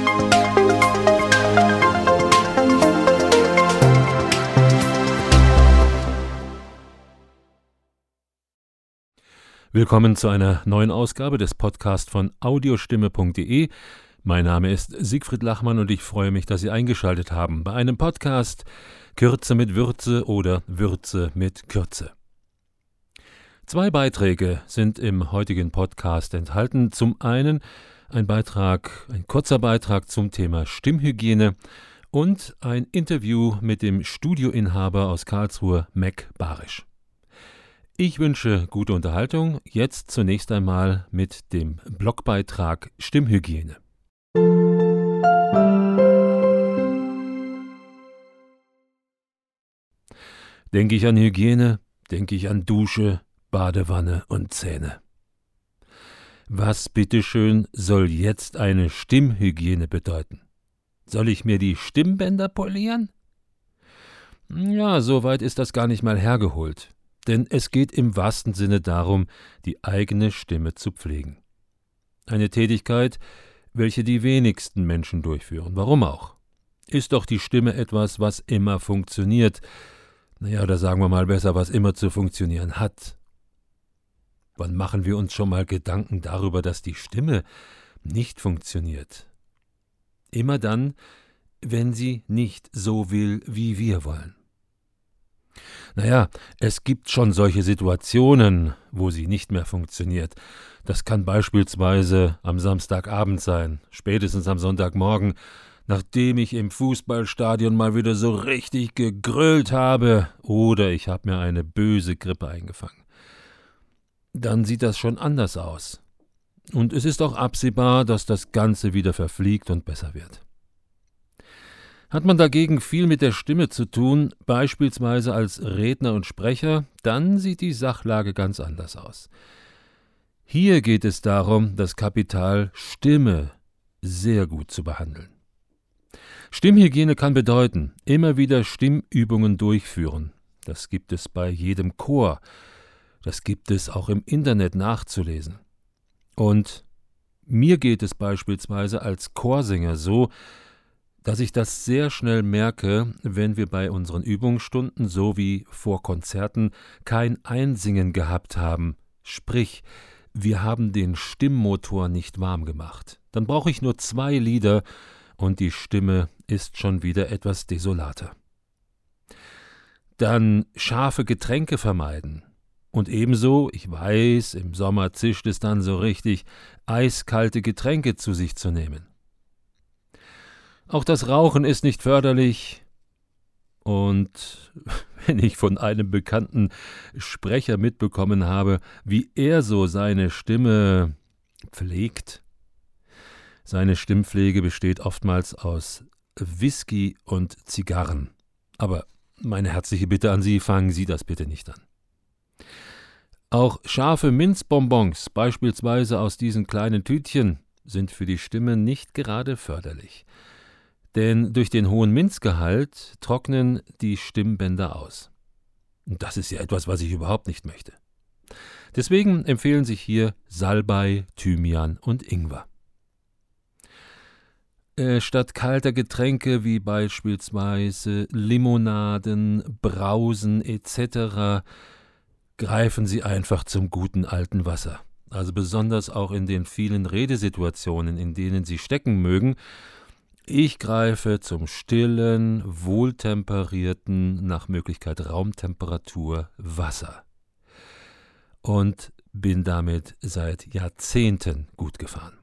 Willkommen zu einer neuen Ausgabe des Podcasts von audiostimme.de. Mein Name ist Siegfried Lachmann und ich freue mich, dass Sie eingeschaltet haben bei einem Podcast Kürze mit Würze oder Würze mit Kürze. 2 Beiträge sind im heutigen Podcast enthalten. Zum einen ein kurzer Beitrag zum Thema Stimmhygiene und ein Interview mit dem Studioinhaber aus Karlsruhe, Mac Barisch. Ich wünsche gute Unterhaltung, jetzt zunächst einmal mit dem Blogbeitrag Stimmhygiene. Denke ich an Hygiene, denke ich an Dusche, Badewanne und Zähne. Was bitteschön soll jetzt eine Stimmhygiene bedeuten? Soll ich mir die Stimmbänder polieren? Ja, so weit ist das gar nicht mal hergeholt. Denn es geht im wahrsten Sinne darum, die eigene Stimme zu pflegen. Eine Tätigkeit, welche die wenigsten Menschen durchführen. Warum auch? Ist doch die Stimme etwas, was immer funktioniert. Oder sagen wir mal besser, was immer zu funktionieren hat. Wann machen wir uns schon mal Gedanken darüber, dass die Stimme nicht funktioniert? Immer dann, wenn sie nicht so will, wie wir wollen. Es gibt schon solche Situationen, wo sie nicht mehr funktioniert. Das kann beispielsweise am Samstagabend sein, spätestens am Sonntagmorgen, nachdem ich im Fußballstadion mal wieder so richtig gegrölt habe oder ich habe mir eine böse Grippe eingefangen. Dann sieht das schon anders aus. Und es ist auch absehbar, dass das Ganze wieder verfliegt und besser wird. Hat man dagegen viel mit der Stimme zu tun, beispielsweise als Redner und Sprecher, dann sieht die Sachlage ganz anders aus. Hier geht es darum, das Kapital Stimme sehr gut zu behandeln. Stimmhygiene kann bedeuten, immer wieder Stimmübungen durchführen. Das gibt es bei jedem Chor. Das gibt es auch im Internet nachzulesen. Und mir geht es beispielsweise als Chorsänger so, dass ich das sehr schnell merke, wenn wir bei unseren Übungsstunden sowie vor Konzerten kein Einsingen gehabt haben, sprich, wir haben den Stimmmotor nicht warm gemacht. Dann brauche ich nur 2 Lieder und die Stimme ist schon wieder etwas desolater. Dann scharfe Getränke vermeiden. Und ebenso, ich weiß, im Sommer zischt es dann so richtig, eiskalte Getränke zu sich zu nehmen. Auch das Rauchen ist nicht förderlich. Und wenn ich von einem bekannten Sprecher mitbekommen habe, wie er so seine Stimme pflegt, seine Stimmpflege besteht oftmals aus Whisky und Zigarren. Aber meine herzliche Bitte an Sie, fangen Sie das bitte nicht an. Auch scharfe Minzbonbons, beispielsweise aus diesen kleinen Tütchen, sind für die Stimme nicht gerade förderlich. Denn durch den hohen Minzgehalt trocknen die Stimmbänder aus. Und das ist ja etwas, was ich überhaupt nicht möchte. Deswegen empfehlen sich hier Salbei, Thymian und Ingwer. Statt kalter Getränke wie beispielsweise Limonaden, Brausen etc. greifen Sie einfach zum guten alten Wasser. Also besonders auch in den vielen Redesituationen, in denen Sie stecken mögen. Ich greife zum stillen, wohltemperierten, nach Möglichkeit Raumtemperatur Wasser und bin damit seit Jahrzehnten gut gefahren.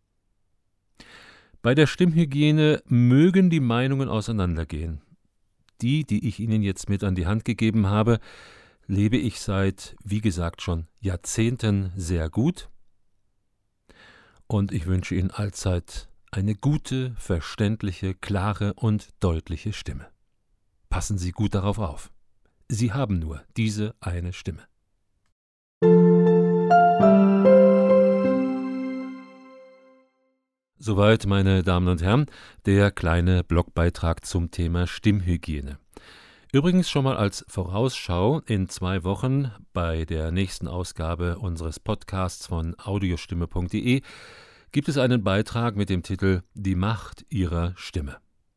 Bei der Stimmhygiene mögen die Meinungen auseinandergehen. Die ich Ihnen jetzt mit an die Hand gegeben habe, lebe ich seit, wie gesagt, schon Jahrzehnten sehr gut und ich wünsche Ihnen allzeit eine gute, verständliche, klare und deutliche Stimme. Passen Sie gut darauf auf. Sie haben nur diese eine Stimme. Soweit, meine Damen und Herren, der kleine Blogbeitrag zum Thema Stimmhygiene. Übrigens schon mal als Vorausschau, in 2 Wochen bei der nächsten Ausgabe unseres Podcasts von audiostimme.de gibt es einen Beitrag mit dem Titel »Die Macht ihrer Stimme«.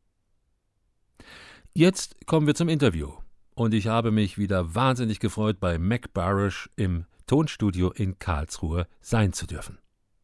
Jetzt kommen wir zum Interview. Und ich habe mich wieder wahnsinnig gefreut, bei Mac Barish im Tonstudio in Karlsruhe sein zu dürfen.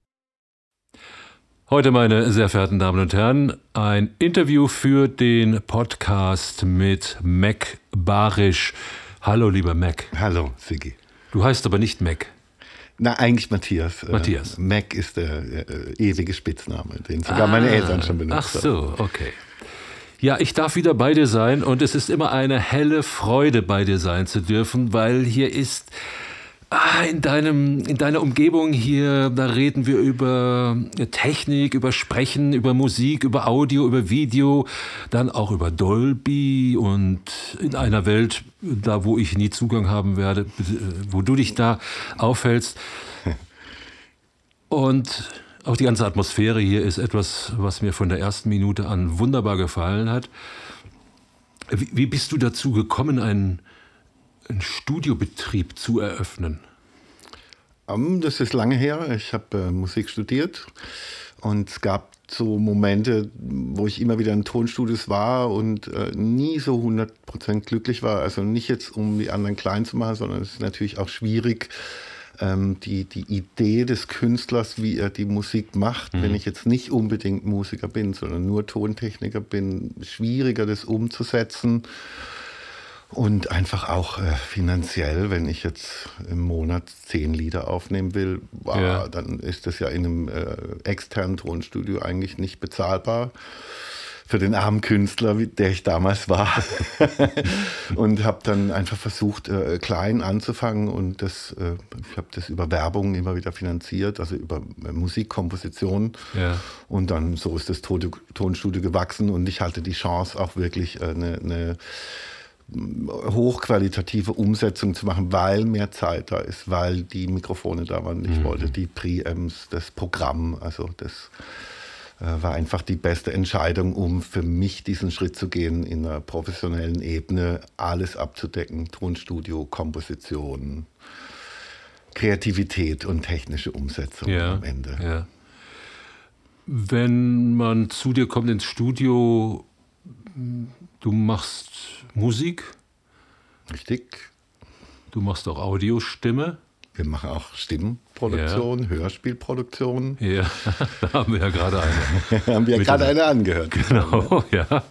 Heute, meine sehr verehrten Damen und Herren, ein Interview für den Podcast mit Mac Barish. Hallo, lieber Mac. Hallo, Siggi. Du heißt aber nicht Mac. Na, eigentlich Matthias. Matthias. Mac ist der ewige Spitzname, den sogar meine Eltern schon benutzt haben. Ach so, okay. Ja, ich darf wieder bei dir sein und es ist immer eine helle Freude, bei dir sein zu dürfen, weil hier ist in deiner Umgebung hier, da reden wir über Technik, über Sprechen, über Musik, über Audio, über Video, dann auch über Dolby und in einer Welt, da wo ich nie Zugang haben werde, wo du dich da aufhältst. Und auch die ganze Atmosphäre hier ist etwas, was mir von der ersten Minute an wunderbar gefallen hat. Wie bist du dazu gekommen, einen Studiobetrieb zu eröffnen? Das ist lange her. Ich habe Musik studiert und es gab so Momente, wo ich immer wieder in Tonstudios war und nie so 100% glücklich war. Also nicht jetzt, um die anderen klein zu machen, sondern es ist natürlich auch schwierig, die Idee des Künstlers, wie er die Musik macht, wenn ich jetzt nicht unbedingt Musiker bin, sondern nur Tontechniker bin, schwieriger das umzusetzen. Und einfach auch finanziell, wenn ich jetzt im Monat 10 Lieder aufnehmen will, dann ist das ja in einem externen Tonstudio eigentlich nicht bezahlbar. Für den armen Künstler, der ich damals war. Und habe dann einfach versucht, klein anzufangen. Und ich habe das über Werbung immer wieder finanziert, also über Musikkomposition. Ja. Und dann so ist das Tonstudio gewachsen. Und ich hatte die Chance, auch wirklich eine hochqualitative Umsetzung zu machen, weil mehr Zeit da ist, weil die Mikrofone da waren. Ich wollte die Preamps, das Programm, also das war einfach die beste Entscheidung, um für mich diesen Schritt zu gehen, in einer professionellen Ebene alles abzudecken. Tonstudio, Komposition, Kreativität und technische Umsetzung am Ende. Ja. Wenn man zu dir kommt ins Studio, du machst Musik. Richtig. Du machst auch Audiostimme. Wir machen auch Stimmenproduktion, Hörspielproduktion. Ja, da haben wir ja gerade eine. Haben wir gerade eine angehört. Genau, ja.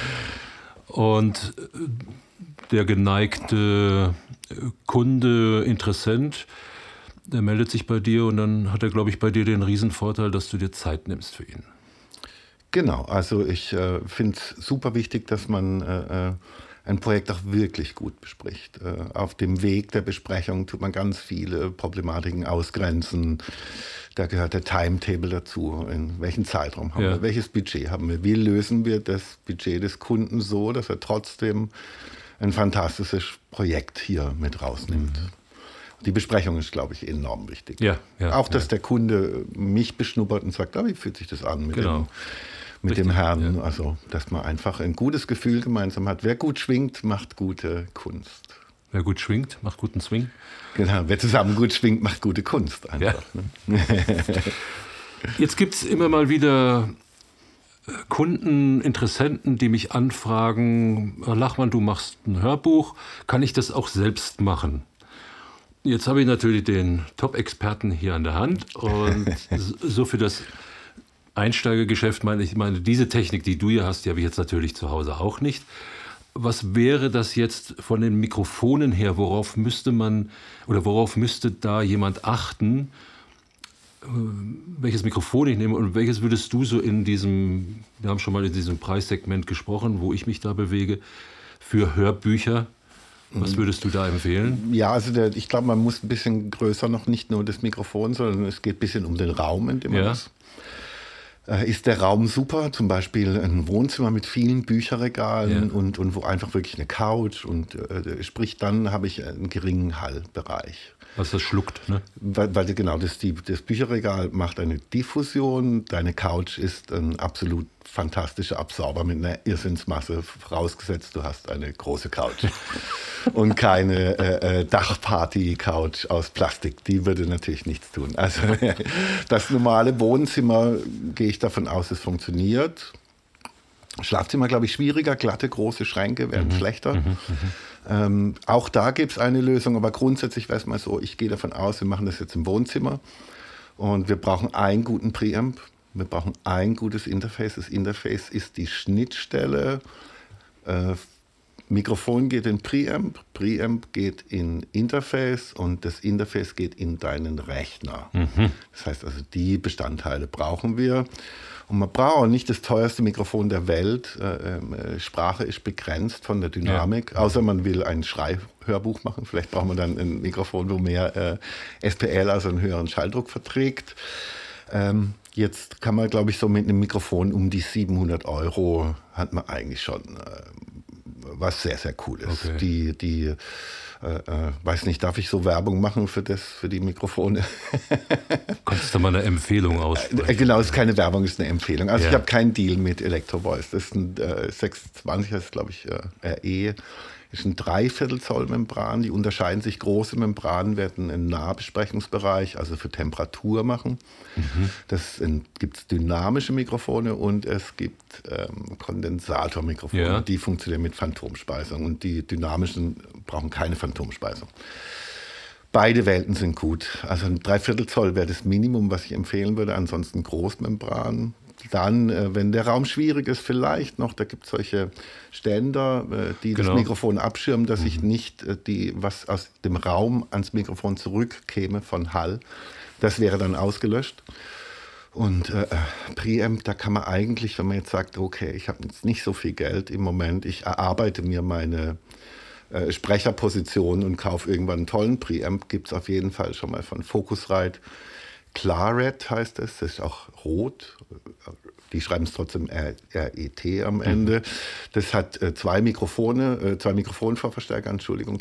Und der geneigte Kunde, Interessent, der meldet sich bei dir und dann hat er, glaube ich, bei dir den Riesenvorteil, dass du dir Zeit nimmst für ihn. Genau, also ich finde es super wichtig, dass man ein Projekt auch wirklich gut bespricht. Auf dem Weg der Besprechung tut man ganz viele Problematiken ausgrenzen. Da gehört der Timetable dazu. In welchen Zeitraum haben wir? Welches Budget haben wir? Wie lösen wir das Budget des Kunden so, dass er trotzdem ein fantastisches Projekt hier mit rausnimmt? Die Besprechung ist, glaube ich, enorm wichtig. Auch, dass der Kunde mich beschnuppert und sagt, wie fühlt sich das an mit dem Herrn. Ja. Also, dass man einfach ein gutes Gefühl gemeinsam hat. Wer gut schwingt, macht gute Kunst. Wer gut schwingt, macht guten Swing. Genau, wer zusammen gut schwingt, macht gute Kunst. Einfach, ne? Jetzt gibt es immer mal wieder Kunden, Interessenten, die mich anfragen, Lachmann, du machst ein Hörbuch, kann ich das auch selbst machen? Jetzt habe ich natürlich den Top-Experten hier an der Hand und so für das Einsteigergeschäft meine diese Technik, die du hier hast, die habe ich jetzt natürlich zu Hause auch nicht. Was wäre das jetzt von den Mikrofonen her? Worauf müsste da jemand achten? Welches Mikrofon ich nehme und welches würdest du so wir haben schon mal in diesem Preissegment gesprochen, wo ich mich da bewege, für Hörbücher? Was würdest du da empfehlen? Ja, also ich glaube, man muss ein bisschen größer noch, nicht nur das Mikrofon, sondern es geht ein bisschen um den Raum, in dem man ist. Ist der Raum super, zum Beispiel ein Wohnzimmer mit vielen Bücherregalen und wo einfach wirklich eine Couch und sprich, dann habe ich einen geringen Hallbereich. Was das schluckt, ne? Weil genau, das Bücherregal macht eine Diffusion, deine Couch ist ein absolut fantastische Absorber mit einer Irrsinnsmasse, vorausgesetzt du hast eine große Couch und keine Dachparty-Couch aus Plastik. Die würde natürlich nichts tun. Also das normale Wohnzimmer, gehe ich davon aus, es funktioniert. Schlafzimmer, glaube ich, schwieriger. Glatte, große Schränke werden schlechter. Auch da gibt es eine Lösung, aber grundsätzlich wäre es mal so, ich gehe davon aus, wir machen das jetzt im Wohnzimmer und wir brauchen einen guten Preamp. Wir brauchen ein gutes Interface. Das Interface ist die Schnittstelle. Mikrofon geht in Preamp, Preamp geht in Interface und das Interface geht in deinen Rechner. Das heißt also, die Bestandteile brauchen wir. Und man braucht auch nicht das teuerste Mikrofon der Welt. Sprache ist begrenzt von der Dynamik, außer man will ein Schreihörbuch machen. Vielleicht braucht man dann ein Mikrofon, wo mehr SPL, also einen höheren Schalldruck verträgt. Jetzt kann man, glaube ich, so mit einem Mikrofon um die 700 € hat man eigentlich schon was sehr, sehr cool ist. Okay. Weiß nicht, darf ich so Werbung machen für die Mikrofone? Konntest du mal eine Empfehlung aussprechen? Genau, es ist keine Werbung, es ist eine Empfehlung. Also ich habe keinen Deal mit Electro Voice. Das ist ein 620, das ist glaube ich RE. Ist ein 3/4 Zoll Membran. Die unterscheiden sich. Große Membranen werden einen Nahbesprechungsbereich, also für Temperatur machen. Das gibt es dynamische Mikrofone und es gibt Kondensatormikrofone. Ja. Die funktionieren mit Phantomspeisung und die dynamischen brauchen keine Phantomspeisung. Beide Welten sind gut. Also ein 3/4 Zoll wäre das Minimum, was ich empfehlen würde. Ansonsten Großmembran. Dann, wenn der Raum schwierig ist, vielleicht noch, da gibt es solche Ständer, die das Mikrofon abschirmen, dass ich nicht was aus dem Raum ans Mikrofon zurückkäme von Hall. Das wäre dann ausgelöscht. Und Preamp, da kann man eigentlich, wenn man jetzt sagt, okay, ich habe jetzt nicht so viel Geld im Moment, ich erarbeite mir meine Sprecherposition und kaufe irgendwann einen tollen Preamp, gibt es auf jeden Fall schon mal von Focusrite. Claret heißt es, das ist auch rot. Die schreiben es trotzdem RET am Ende. Das hat zwei Mikrofonvorverstärker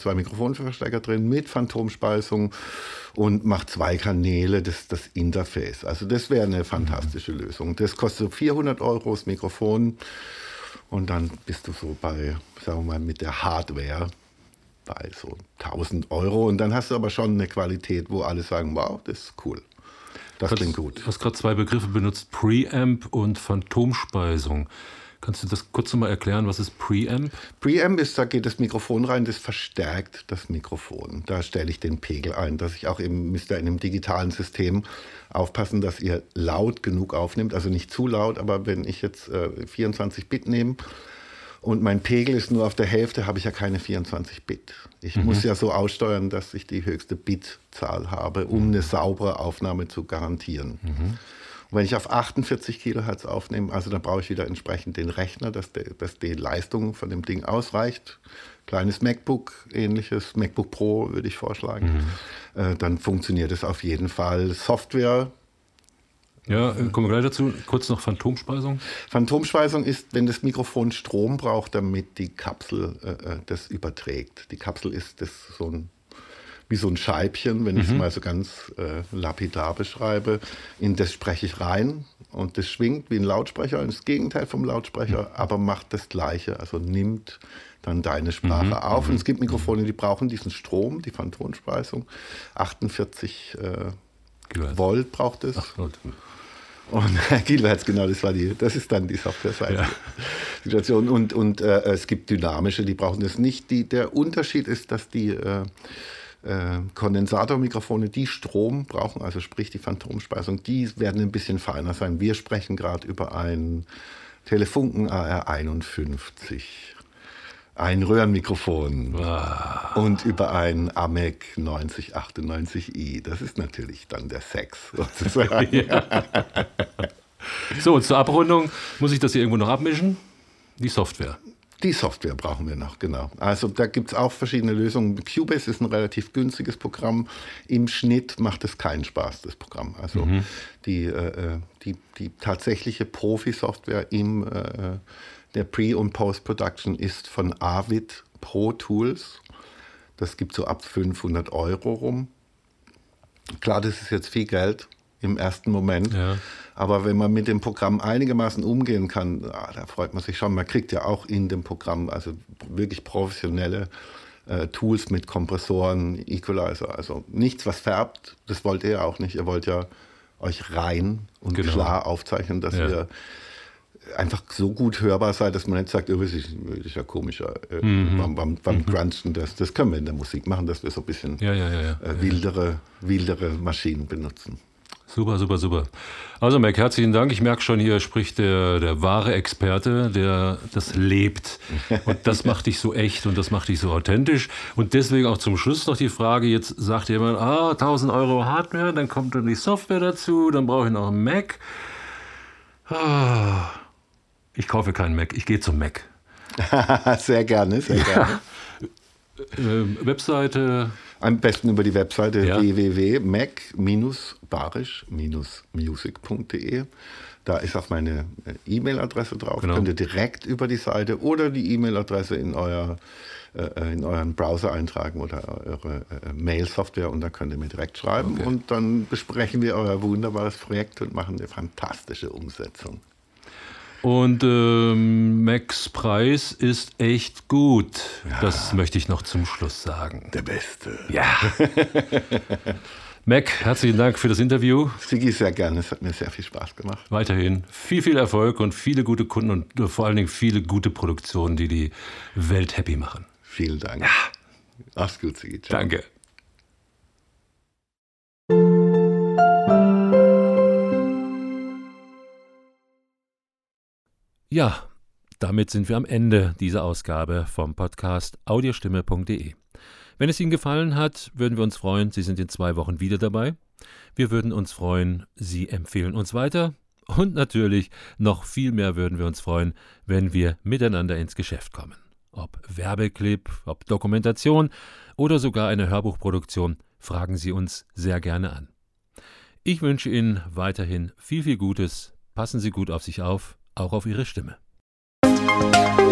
drin mit Phantomspeisung und macht 2 Kanäle, das Interface. Also das wäre eine fantastische Lösung. Das kostet so 400 € das Mikrofon und dann bist du so bei, sagen wir mal, mit der Hardware bei so 1000 € und dann hast du aber schon eine Qualität, wo alle sagen, wow, das ist cool. Das klingt gut. Du hast gerade 2 Begriffe benutzt, Preamp und Phantomspeisung. Kannst du das kurz nochmal erklären, was ist Preamp? Preamp ist, da geht das Mikrofon rein, das verstärkt das Mikrofon. Da stelle ich den Pegel ein, dass ich auch müsst ihr in einem digitalen System aufpassen, dass ihr laut genug aufnimmt. Also nicht zu laut, aber wenn ich jetzt 24 Bit nehme, und mein Pegel ist nur auf der Hälfte, habe ich ja keine 24 Bit. Ich muss ja so aussteuern, dass ich die höchste Bitzahl habe, um eine saubere Aufnahme zu garantieren. Und wenn ich auf 48 Kilohertz aufnehme, also dann brauche ich wieder entsprechend den Rechner, dass die Leistung von dem Ding ausreicht. Kleines MacBook, ähnliches, MacBook Pro würde ich vorschlagen. Dann funktioniert es auf jeden Fall. Software. Ja, kommen wir gleich dazu. Kurz noch Phantomspeisung. Phantomspeisung ist, wenn das Mikrofon Strom braucht, damit die Kapsel das überträgt. Die Kapsel ist wie so ein Scheibchen, wenn ich es mal so ganz lapidar beschreibe. In das spreche ich rein und das schwingt wie ein Lautsprecher, das Gegenteil vom Lautsprecher, aber macht das Gleiche, also nimmt dann deine Sprache auf. Und es gibt Mikrofone, die brauchen diesen Strom, die Phantomspeisung. 48 Volt braucht es. 8 Volt. Und Kilohertz, genau, das ist dann die Software-Seite. Situation. Und es gibt dynamische, die brauchen das nicht. Der Unterschied ist, dass die Kondensatormikrofone, die Strom brauchen, also sprich die Phantomspeisung, die werden ein bisschen feiner sein. Wir sprechen gerade über ein Telefunken AR51. Ein Röhrenmikrofon und über ein AMEC 9098i. Das ist natürlich dann der Sex sozusagen. Ja. So, und zur Abrundung muss ich das hier irgendwo noch abmischen? Die Software. Die Software brauchen wir noch, genau. Also da gibt es auch verschiedene Lösungen. Cubase ist ein relativ günstiges Programm. Im Schnitt macht es keinen Spaß, das Programm. Also die tatsächliche Profi-Software der Pre- und Post-Production ist von Avid Pro Tools. Das gibt so ab 500 € rum. Klar, das ist jetzt viel Geld. im ersten Moment. Ja. Aber wenn man mit dem Programm einigermaßen umgehen kann, da freut man sich schon. Man kriegt ja auch in dem Programm also wirklich professionelle Tools mit Kompressoren, Equalizer. Also nichts, was färbt, das wollt ihr ja auch nicht. Ihr wollt ja euch rein und klar aufzeichnen, dass ihr einfach so gut hörbar seid, dass man nicht sagt, das ist ja komischer, beim Grunchen, das können wir in der Musik machen, dass wir so ein bisschen wildere Maschinen benutzen. Super, super, super. Also Mac, herzlichen Dank. Ich merke schon, hier spricht der wahre Experte, der das lebt. Und das macht dich so echt und das macht dich so authentisch. Und deswegen auch zum Schluss noch die Frage, jetzt sagt jemand, 1.000 € Hardware, dann kommt dann die Software dazu, dann brauche ich noch einen Mac. Ich kaufe keinen Mac, ich gehe zum Mac. Sehr gerne, sehr gerne. Webseite? Am besten über die Webseite www.mac-barisch-music.de. Da ist auch meine E-Mail-Adresse drauf. Genau. Könnt ihr direkt über die Seite oder die E-Mail-Adresse in euren Browser eintragen oder eure Mail-Software und da könnt ihr mir direkt schreiben. Okay. Und dann besprechen wir euer wunderbares Projekt und machen eine fantastische Umsetzung. Und Macs Preis ist echt gut. Ja. Das möchte ich noch zum Schluss sagen. Der Beste. Ja. Mac, herzlichen Dank für das Interview. Sigi, sehr gerne. Es hat mir sehr viel Spaß gemacht. Weiterhin viel, viel Erfolg und viele gute Kunden und vor allen Dingen viele gute Produktionen, die die Welt happy machen. Vielen Dank. Ja. Mach's gut, Sigi. Ciao. Danke. Ja, damit sind wir am Ende dieser Ausgabe vom Podcast audiostimme.de. Wenn es Ihnen gefallen hat, würden wir uns freuen, Sie sind in 2 Wochen wieder dabei. Wir würden uns freuen, Sie empfehlen uns weiter. Und natürlich noch viel mehr würden wir uns freuen, wenn wir miteinander ins Geschäft kommen. Ob Werbeclip, ob Dokumentation oder sogar eine Hörbuchproduktion, fragen Sie uns sehr gerne an. Ich wünsche Ihnen weiterhin viel, viel Gutes. Passen Sie gut auf sich auf, auch auf Ihre Stimme.